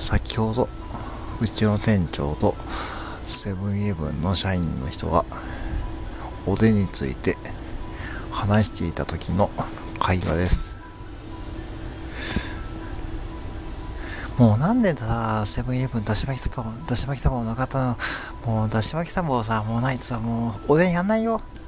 先ほどうちの店長とセブンイレブンの社員の人がおでんについて話していた時の会話です。もうなんでさ、セブンイレブンだし巻き卵なかったの。もうだし巻き卵さ、もうないとさ、もうおでんやんないよ。